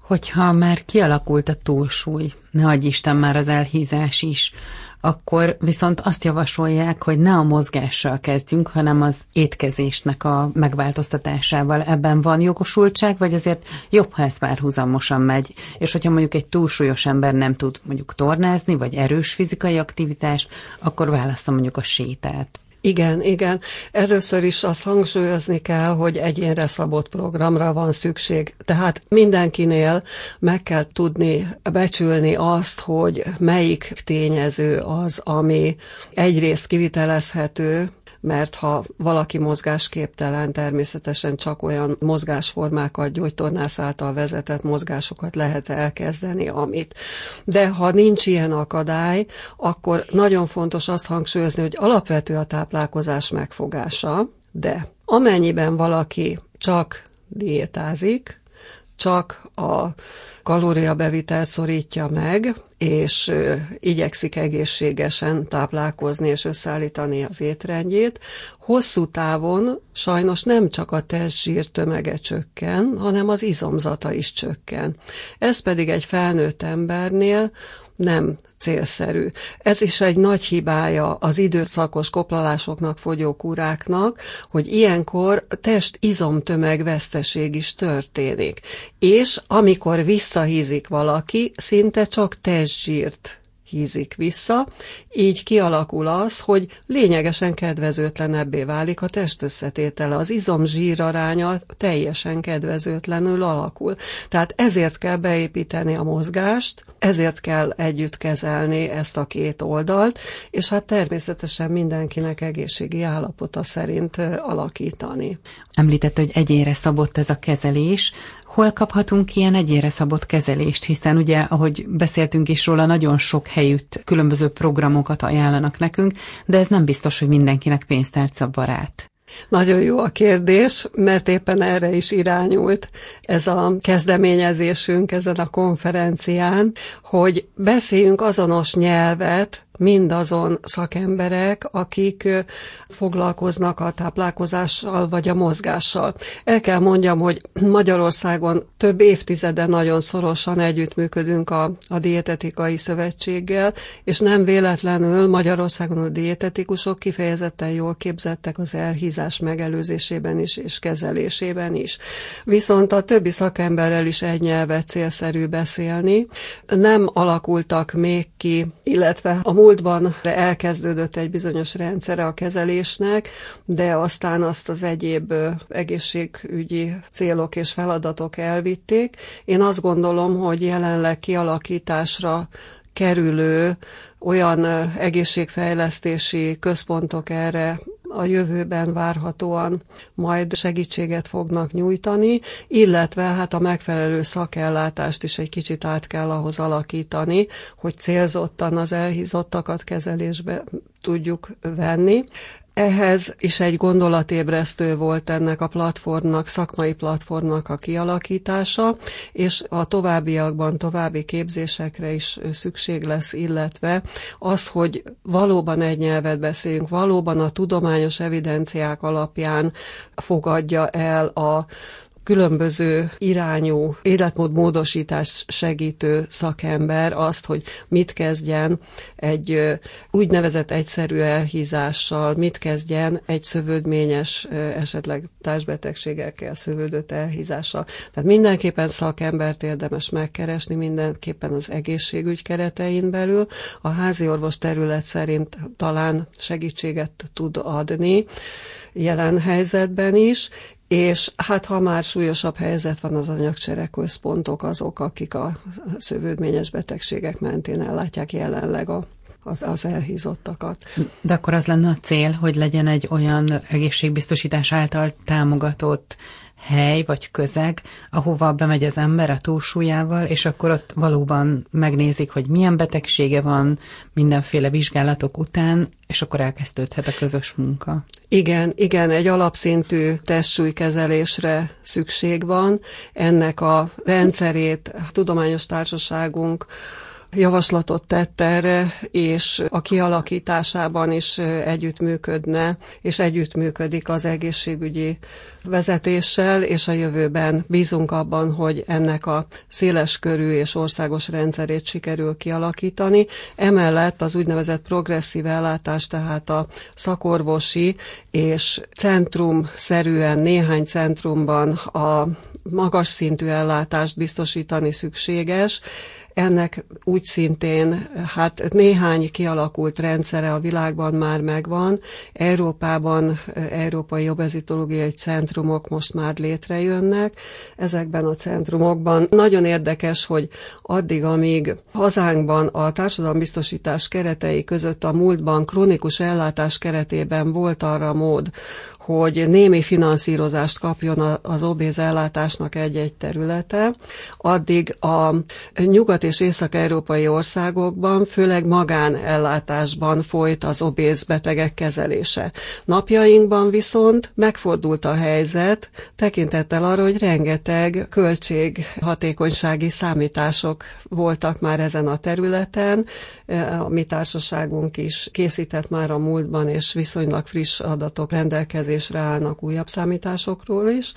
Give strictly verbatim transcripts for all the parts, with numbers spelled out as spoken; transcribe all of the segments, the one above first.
Hogyha már kialakult a túlsúly, ne adj Isten már az elhízás is, akkor viszont azt javasolják, hogy ne a mozgással kezdjünk, hanem az étkezésnek a megváltoztatásával. Ebben van jogosultság, vagy azért jobb, ha ez párhuzamosan megy? És hogyha mondjuk egy túlsúlyos ember nem tud mondjuk tornázni, vagy erős fizikai aktivitást, akkor válassza mondjuk a sétát. Igen, igen. Először is azt hangsúlyozni kell, hogy egyénre szabott programra van szükség. Tehát mindenkinél meg kell tudni becsülni azt, hogy melyik tényező az, ami egyrészt kivitelezhető, mert ha valaki mozgásképtelen, természetesen csak olyan mozgásformákat, gyógytornász által vezetett mozgásokat lehet elkezdeni, amit. De ha nincs ilyen akadály, akkor nagyon fontos azt hangsúlyozni, hogy alapvető a táplálkozás megfogása, de amennyiben valaki csak diétázik, csak a kalóriabevitelt szorítja meg, és igyekszik egészségesen táplálkozni és összeállítani az étrendjét, hosszú távon sajnos nem csak a testzsír tömege csökken, hanem az izomzata is csökken. Ez pedig egy felnőtt embernél nem célszerű. Ez is egy nagy hibája az időszakos koplalásoknak, fogyókúráknak, hogy ilyenkor test-izomtömeg veszteség is történik. És amikor visszahízik valaki, szinte csak testzsírt hízik vissza, így kialakul az, hogy lényegesen kedvezőtlenebbé válik a testösszetétele. Az izom-zsír aránya teljesen kedvezőtlenül alakul. Tehát ezért kell beépíteni a mozgást, ezért kell együtt kezelni ezt a két oldalt, és hát természetesen mindenkinek egészségi állapota szerint alakítani. Említette, hogy egyénre szabott ez a kezelés. Hol kaphatunk ilyen egyénre szabott kezelést? Hiszen ugye, ahogy beszéltünk is róla, nagyon sok helyütt különböző programokat ajánlanak nekünk, de ez nem biztos, hogy mindenkinek pénztárca barát. Nagyon jó a kérdés, mert éppen erre is irányult ez a kezdeményezésünk ezen a konferencián, hogy beszéljünk azonos nyelvet, mindazon szakemberek, akik foglalkoznak a táplálkozással vagy a mozgással. El kell mondjam, hogy Magyarországon több évtizede nagyon szorosan együttműködünk a, a Dietetikai Szövetséggel, és nem véletlenül Magyarországon a dietetikusok kifejezetten jól képzettek az elhízás megelőzésében is és kezelésében is. Viszont a többi szakemberrel is egy nyelvet célszerű beszélni. Nem alakultak még ki, illetve a múltban elkezdődött egy bizonyos rendszere a kezelésnek, de aztán azt az egyéb egészségügyi célok és feladatok elvitték. Én azt gondolom, hogy jelenleg kialakításra kerülő olyan egészségfejlesztési központok erre a jövőben várhatóan majd segítséget fognak nyújtani, illetve hát a megfelelő szakellátást is egy kicsit át kell ahhoz alakítani, hogy célzottan az elhízottakat kezelésbe tudjuk venni. Ehhez is egy gondolatébresztő volt ennek a platformnak, szakmai platformnak a kialakítása, és a továbbiakban további képzésekre is szükség lesz, illetve az, hogy valóban egy nyelvet beszéljünk, valóban a tudományos evidenciák alapján fogadja el a különböző irányú életmódmódosítást segítő szakember azt, hogy mit kezdjen egy úgynevezett egyszerű elhízással, mit kezdjen egy szövődményes, esetleg társbetegségekkel szövődött elhízással. Tehát mindenképpen szakembert érdemes megkeresni, mindenképpen az egészségügy keretein belül. A háziorvos terület szerint talán segítséget tud adni jelen helyzetben is, és hát ha már súlyosabb helyzet van, az anyagcsere központok azok, akik a szövődményes betegségek mentén ellátják jelenleg a, az, az elhízottakat. De akkor az lenne a cél, hogy legyen egy olyan egészségbiztosítás által támogatott hely vagy közeg, ahova bemegy az ember a túlsúlyával, és akkor ott valóban megnézik, hogy milyen betegsége van mindenféle vizsgálatok után, és akkor elkezdődhet a közös munka. Igen, igen, egy alapszintű testsúlykezelésre szükség van. Ennek a rendszerét a Tudományos Társaságunk javaslatot tett erre, és a kialakításában is együttműködne, és együttműködik az egészségügyi vezetéssel, és a jövőben bízunk abban, hogy ennek a széleskörű és országos rendszerét sikerül kialakítani. Emellett az úgynevezett progresszív ellátás, tehát a szakorvosi és centrumszerűen néhány centrumban a magas szintű ellátást biztosítani szükséges. Ennek úgy szintén, hát néhány kialakult rendszere a világban már megvan. Európában európai obezitológiai centrumok most már létrejönnek. Ezekben a centrumokban nagyon érdekes, hogy addig, amíg hazánkban a társadalombiztosítás keretei között a múltban krónikus ellátás keretében volt arra mód, hogy némi finanszírozást kapjon az obéz ellátásnak egy-egy területe, addig a nyugat- és észak-európai országokban, főleg magánellátásban folyt az obéz betegek kezelése. Napjainkban viszont megfordult a helyzet, tekintettel arra, hogy rengeteg költséghatékonysági számítások voltak már ezen a területen. A mi társaságunk is készített már a múltban, és viszonylag friss adatok rendelkezésre állnak újabb számításokról is,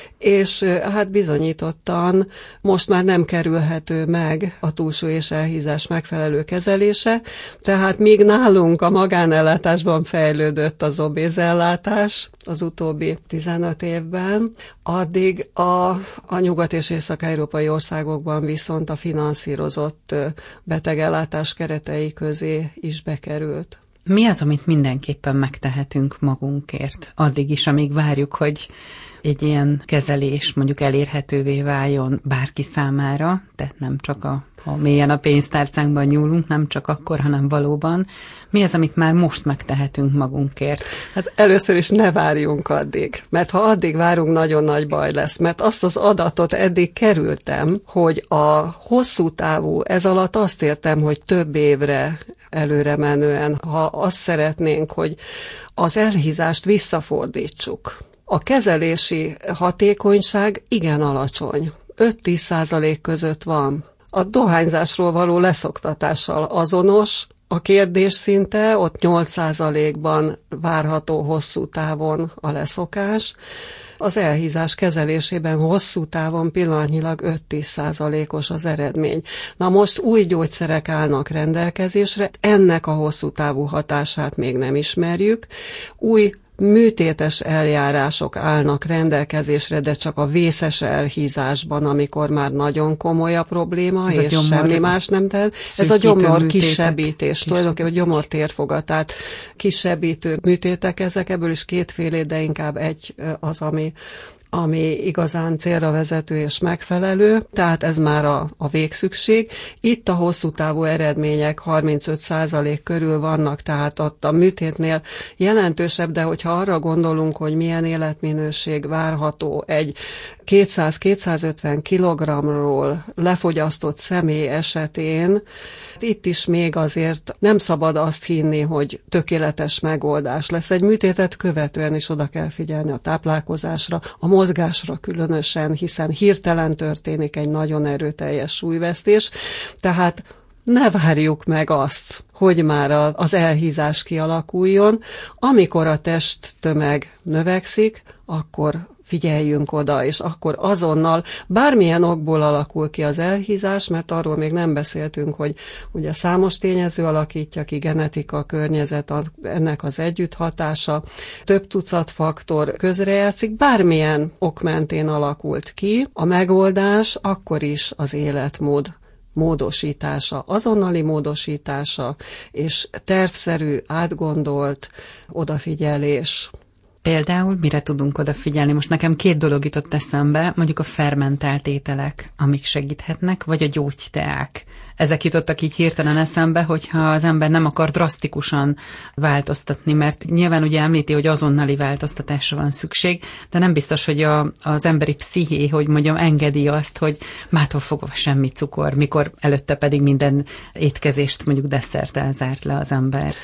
és hát bizonyítottan most már nem kerülhető meg a túlsúly és elhízás megfelelő kezelése, tehát míg nálunk a magánellátásban fejlődött az obézellátás az utóbbi tizenöt évben, addig a, a nyugat- és észak-európai országokban viszont a finanszírozott betegellátás keretei közé is bekerült. Mi az, amit mindenképpen megtehetünk magunkért, addig is, amíg várjuk, hogy egy ilyen kezelés mondjuk elérhetővé váljon bárki számára, tehát nem csak a, a mélyen a pénztárcánkban nyúlunk, nem csak akkor, hanem valóban. Mi az, amit már most megtehetünk magunkért? Hát először is ne várjunk addig, mert ha addig várunk, nagyon nagy baj lesz, mert azt az adatot eddig kerültem, hogy a hosszú távú, ez alatt azt értem, hogy több évre előre menően, ha azt szeretnénk, hogy az elhízást visszafordítsuk. A kezelési hatékonyság igen alacsony, öt-tíz százalék között van. A dohányzásról való leszoktatással azonos a kérdés szinte, ott nyolc százalékban várható hosszú távon a leszokás. Az elhízás kezelésében hosszú távon pillanatnyilag öt-tíz százalékos az eredmény. Na most új gyógyszerek állnak rendelkezésre, ennek a hosszú távú hatását még nem ismerjük. Új műtétes eljárások állnak rendelkezésre, de csak a vészes elhízásban, amikor már nagyon komoly a probléma, ez és a semmi más nem tehet. Ez a gyomor kisebbítés, kis... tulajdonképpen a gyomor térfogatát kisebbítő műtétek ezek, ebből is kétfélé, de inkább egy az, ami ami igazán célra vezető és megfelelő, tehát ez már a, a végszükség. Itt a hosszú távú eredmények harmincöt százalék körül vannak, tehát ott a műtétnél jelentősebb, de hogyha arra gondolunk, hogy milyen életminőség várható egy kétszáz-kétszázötven kilogrammról lefogyasztott személy esetén, itt is még azért nem szabad azt hinni, hogy tökéletes megoldás lesz. Egy műtétet követően is oda kell figyelni a táplálkozásra, a mozgásra különösen, hiszen hirtelen történik egy nagyon erőteljes súlyvesztés, tehát ne várjuk meg azt, hogy már az elhízás kialakuljon. Amikor a testtömeg növekszik, akkor figyeljünk oda, és akkor azonnal bármilyen okból alakul ki az elhízás, mert arról még nem beszéltünk, hogy ugye számos tényező alakítja ki, genetika, környezet, ennek az együtthatása, több tucat faktor közrejátszik, bármilyen ok mentén alakult ki, a megoldás akkor is az életmód módosítása, azonnali módosítása, és tervszerű, átgondolt odafigyelés. Például mire tudunk odafigyelni? Most nekem két dolog jutott eszembe, mondjuk a fermentált ételek, amik segíthetnek, vagy a gyógyteák. Ezek jutottak így hirtelen eszembe, hogyha az ember nem akar drasztikusan változtatni, mert nyilván ugye említi, hogy azonnali változtatásra van szükség, de nem biztos, hogy a, az emberi psziché, hogy mondjam, engedi azt, hogy mától fogva semmi cukor, mikor előtte pedig minden étkezést mondjuk desszerttel zárt le az ember.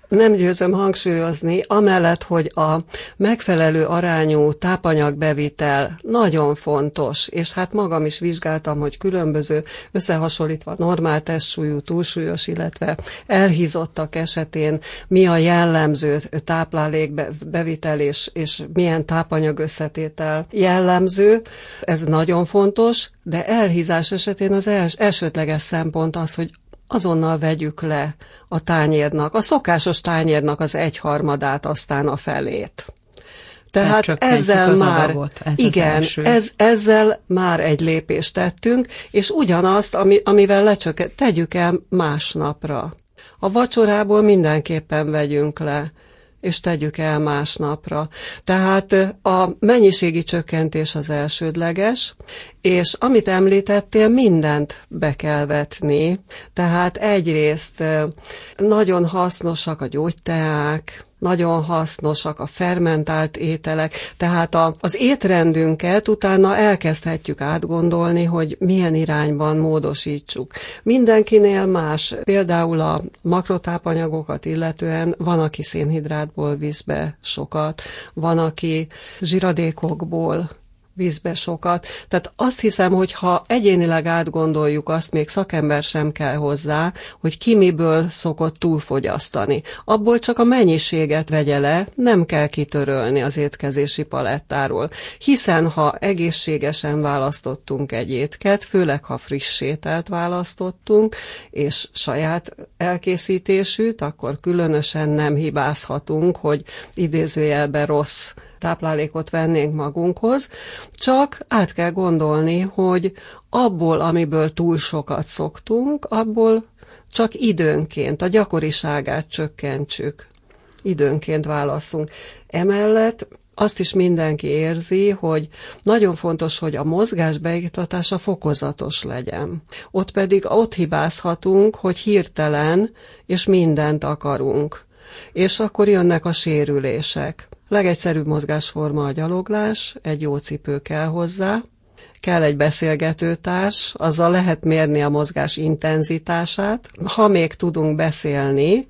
Nem győzöm hangsúlyozni, amellett, hogy a megfelelő arányú tápanyagbevitel nagyon fontos, és hát magam is vizsgáltam, hogy különböző összehasonlítva normál testsúlyú, túlsúlyos, illetve elhízottak esetén mi a jellemző táplálékbevitel és, és milyen tápanyagösszetétel jellemző. Ez nagyon fontos, de elhízás esetén az els, elsődleges szempont az, hogy azonnal vegyük le a tányérnak, a szokásos tányérnak az egyharmadát, aztán a felét. Tehát ezzel már, ez igen, ez, ezzel már egy lépést tettünk, és ugyanazt, ami, amivel lecsökkent, tegyük el másnapra. A vacsorából mindenképpen vegyünk le, és tegyük el másnapra. Tehát a mennyiségi csökkentés az elsődleges, és amit említettél, mindent be kell vetni. Tehát egyrészt nagyon hasznosak a gyógyteák, nagyon hasznosak a fermentált ételek, tehát a, az étrendünket utána elkezdhetjük átgondolni, hogy milyen irányban módosítsuk. Mindenkinél más, például a makrotápanyagokat illetően van, aki szénhidrátból visz be sokat, van, aki zsiradékokból visz be sokat. Tehát azt hiszem, hogy ha egyénileg átgondoljuk azt, még szakember sem kell hozzá, hogy ki miből szokott túlfogyasztani. Abból csak a mennyiséget vegye le, nem kell kitörölni az étkezési palettáról. Hiszen ha egészségesen választottunk egy étket, főleg ha friss ételt választottunk, és saját elkészítésűt, akkor különösen nem hibázhatunk, hogy idézőjelben rossz táplálékot vennénk magunkhoz, csak át kell gondolni, hogy abból, amiből túl sokat szoktunk, abból csak időnként, a gyakoriságát csökkentsük. Időnként válasszunk. Emellett azt is mindenki érzi, hogy nagyon fontos, hogy a mozgás beiktatása fokozatos legyen. Ott pedig ott hibázhatunk, hogy hirtelen és mindent akarunk. És akkor jönnek a sérülések. Legegyszerűbb mozgásforma a gyaloglás, egy jó cipő kell hozzá, kell egy beszélgetőtárs, azzal lehet mérni a mozgás intenzitását. Ha még tudunk beszélni,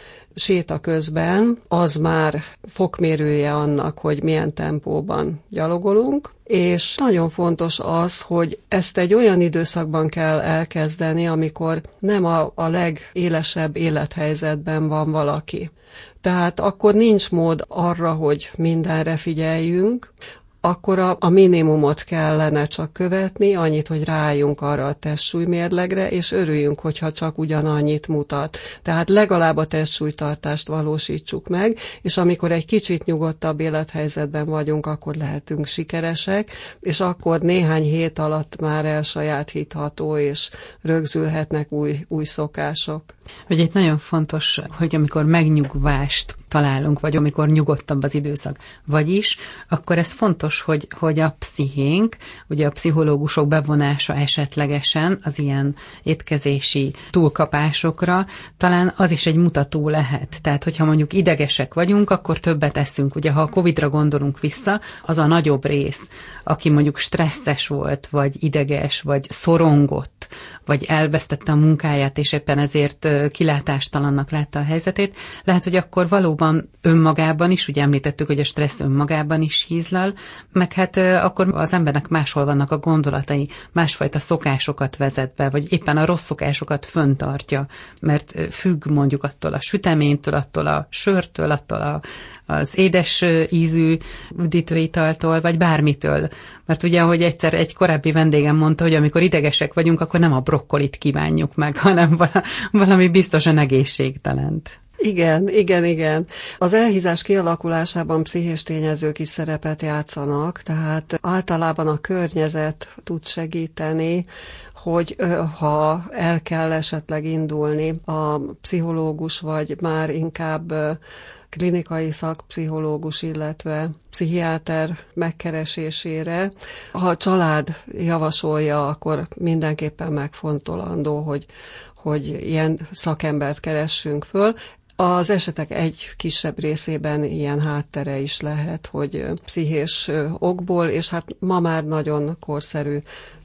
séta közben, az már fokmérője annak, hogy milyen tempóban gyalogolunk, és nagyon fontos az, hogy ezt egy olyan időszakban kell elkezdeni, amikor nem a, a legélesebb élethelyzetben van valaki. Tehát akkor nincs mód arra, hogy mindenre figyeljünk, akkor a, a minimumot kellene csak követni, annyit, hogy rájunk arra a testsúlymérlegre, és örüljünk, hogyha csak ugyanannyit mutat. Tehát legalább a testsúlytartást valósítsuk meg, és amikor egy kicsit nyugodtabb élethelyzetben vagyunk, akkor lehetünk sikeresek, és akkor néhány hét alatt már elsajátítható, és rögzülhetnek új, új szokások. Ugye itt nagyon fontos, hogy amikor megnyugvást találunk, vagy amikor nyugodtabb az időszak. Vagyis, akkor ez fontos, hogy, hogy a pszichénk, ugye a pszichológusok bevonása esetlegesen az ilyen étkezési túlkapásokra, talán az is egy mutató lehet. Tehát, hogyha mondjuk idegesek vagyunk, akkor többet eszünk. Ugye, ha a Covidra gondolunk vissza, az a nagyobb rész, aki mondjuk stresszes volt, vagy ideges, vagy szorongott, vagy elvesztette a munkáját, és éppen ezért kilátástalannak látta a helyzetét, lehet, hogy akkor valóban önmagában is, ugye említettük, hogy a stressz önmagában is hízlal, meg hát akkor az embernek máshol vannak a gondolatai, másfajta szokásokat vezet be, vagy éppen a rossz szokásokat föntartja, mert függ mondjuk attól a süteménytől, attól a sörtől, attól a, az édes ízű üdítőitaltól, vagy bármitől. Mert ugye, ahogy egyszer egy korábbi vendégem mondta, hogy amikor idegesek vagyunk, akkor nem a brokkolit kívánjuk meg, hanem valami biztosan egészségtelent. Igen, igen, igen. Az elhízás kialakulásában pszichés tényezők is szerepet játszanak, tehát általában a környezet tud segíteni, hogy ha el kell esetleg indulni a pszichológus, vagy már inkább klinikai szakpszichológus, illetve pszichiáter megkeresésére. Ha a család javasolja, akkor mindenképpen megfontolandó, hogy, hogy ilyen szakembert keressünk föl. Az esetek egy kisebb részében ilyen háttere is lehet, hogy pszichés okból, és hát ma már nagyon korszerű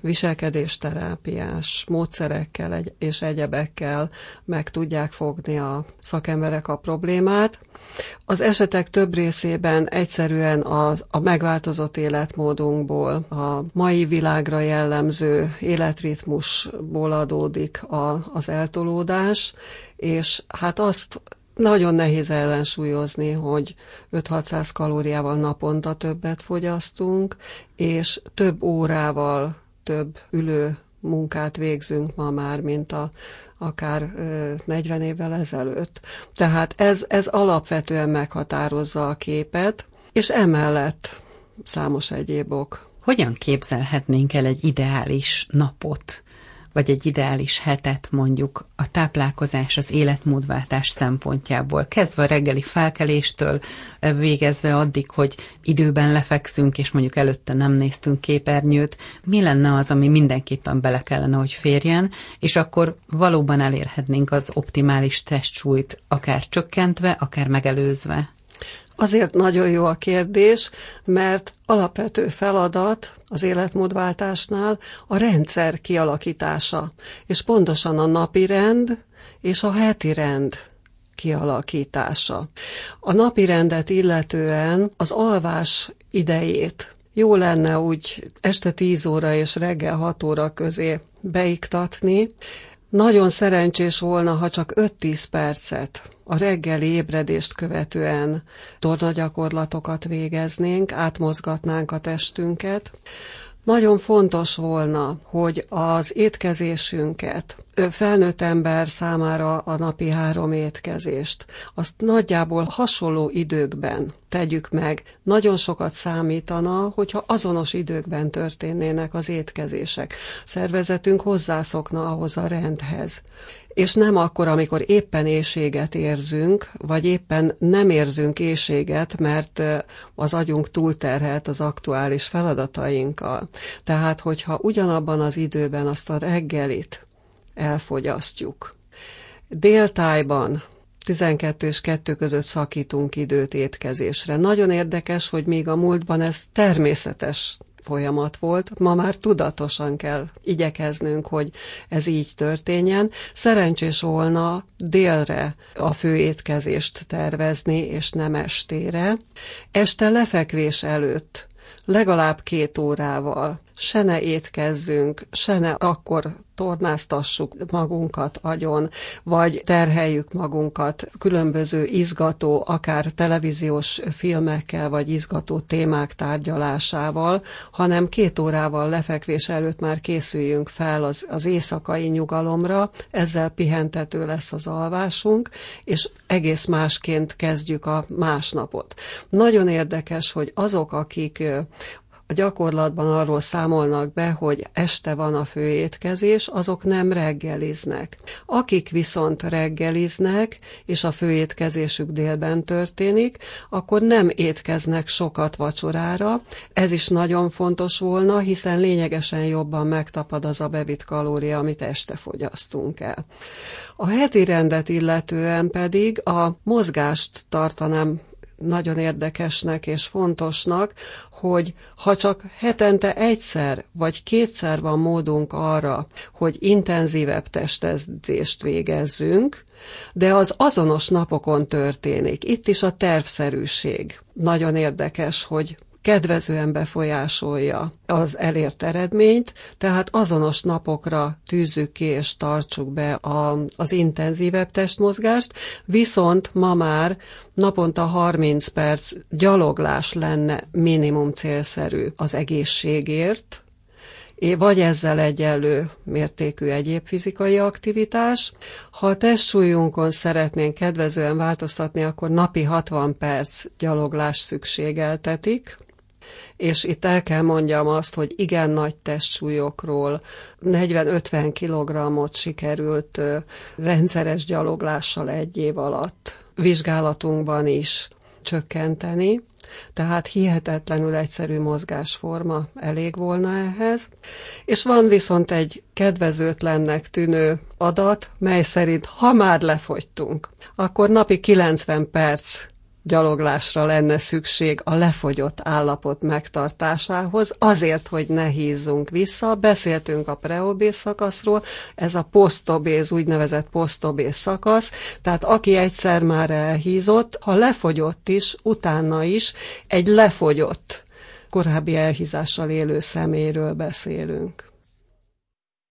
viselkedésterápiás módszerekkel és egyebekkel meg tudják fogni a szakemberek a problémát. Az esetek több részében egyszerűen az, a megváltozott életmódunkból, a mai világra jellemző életritmusból adódik a, az eltolódás, és hát azt nagyon nehéz ellensúlyozni, hogy öt-hatszáz kalóriával naponta többet fogyasztunk, és több órával több ülő munkát végzünk ma már, mint a, akár negyven évvel ezelőtt. Tehát ez, ez alapvetően meghatározza a képet, és emellett számos egyéb ok. Hogyan képzelhetnénk el egy ideális napot, vagy egy ideális hetet mondjuk a táplálkozás, az életmódváltás szempontjából, kezdve a reggeli felkeléstől, végezve addig, hogy időben lefekszünk, és mondjuk előtte nem néztünk képernyőt, mi lenne az, ami mindenképpen bele kellene, hogy férjen, és akkor valóban elérhetnénk az optimális testsúlyt, akár csökkentve, akár megelőzve? Azért nagyon jó a kérdés, mert alapvető feladat az életmódváltásnál a rendszer kialakítása, és pontosan a napi rend és a heti rend kialakítása. A napi rendet illetően az alvás idejét jó lenne úgy este tíz óra és reggel hat óra közé beiktatni. Nagyon szerencsés volna, ha csak öt-tíz percet a reggeli ébredést követően tornagyakorlatokat végeznénk, átmozgatnánk a testünket. Nagyon fontos volna, hogy az étkezésünket, felnőtt ember számára a napi három étkezést, azt nagyjából hasonló időkben tegyük meg. Nagyon sokat számítana, hogyha azonos időkben történnének az étkezések. Szervezetünk hozzászokna ahhoz a rendhez. És nem akkor, amikor éppen éhséget érzünk, vagy éppen nem érzünk éhséget, mert az agyunk túlterhelt az aktuális feladatainkkal. Tehát, hogyha ugyanabban az időben azt a reggelit elfogyasztjuk. Déltájban tizenkettő és kettő között szakítunk időt étkezésre. Nagyon érdekes, hogy még a múltban ez természetes folyamat volt, ma már tudatosan kell igyekeznünk, hogy ez így történjen. Szerencsés volna délre a főétkezést tervezni, és nem estére. Este lefekvés előtt legalább két órával se ne étkezzünk, se ne akkor tornáztassuk magunkat agyon, vagy terheljük magunkat különböző izgató, akár televíziós filmekkel, vagy izgató témák tárgyalásával, hanem két órával lefekvés előtt már készüljünk fel az, az éjszakai nyugalomra, ezzel pihentető lesz az alvásunk, és egész másként kezdjük a másnapot. Nagyon érdekes, hogy azok, akik a gyakorlatban arról számolnak be, hogy este van a főétkezés, azok nem reggeliznek. Akik viszont reggeliznek, és a főétkezésük délben történik, akkor nem étkeznek sokat vacsorára. Ez is nagyon fontos volna, hiszen lényegesen jobban megtapad az a bevitt kalória, amit este fogyasztunk el. A heti rendet illetően pedig a mozgást tartanám nagyon érdekesnek és fontosnak, hogy ha csak hetente egyszer vagy kétszer van módunk arra, hogy intenzívebb testedzést végezzünk, de az azonos napokon történik. Itt is a tervszerűség nagyon érdekes, hogy kedvezően befolyásolja az elért eredményt, tehát azonos napokra tűzzük ki és tartsuk be a, az intenzívebb testmozgást, viszont ma már naponta harminc perc gyaloglás lenne minimum célszerű az egészségért, vagy ezzel egyenlő mértékű egyéb fizikai aktivitás. Ha a testsúlyunkon szeretnénk kedvezően változtatni, akkor napi hatvan perc gyaloglás szükségeltetik, és itt el kell mondjam azt, hogy igen nagy testsúlyokról negyven-ötven kilogrammot sikerült rendszeres gyaloglással egy év alatt vizsgálatunkban is csökkenteni, tehát hihetetlenül egyszerű mozgásforma elég volna ehhez. És van viszont egy kedvezőtlennek tűnő adat, mely szerint ha már lefogytunk, akkor napi kilencven perc gyaloglásra lenne szükség a lefogyott állapot megtartásához, azért, hogy ne hízzunk vissza. Beszéltünk a preobéz szakaszról, ez a posztobéz, úgynevezett posztobéz szakasz, tehát aki egyszer már elhízott, ha lefogyott is, utána is egy lefogyott, korábbi elhízással élő személyről beszélünk.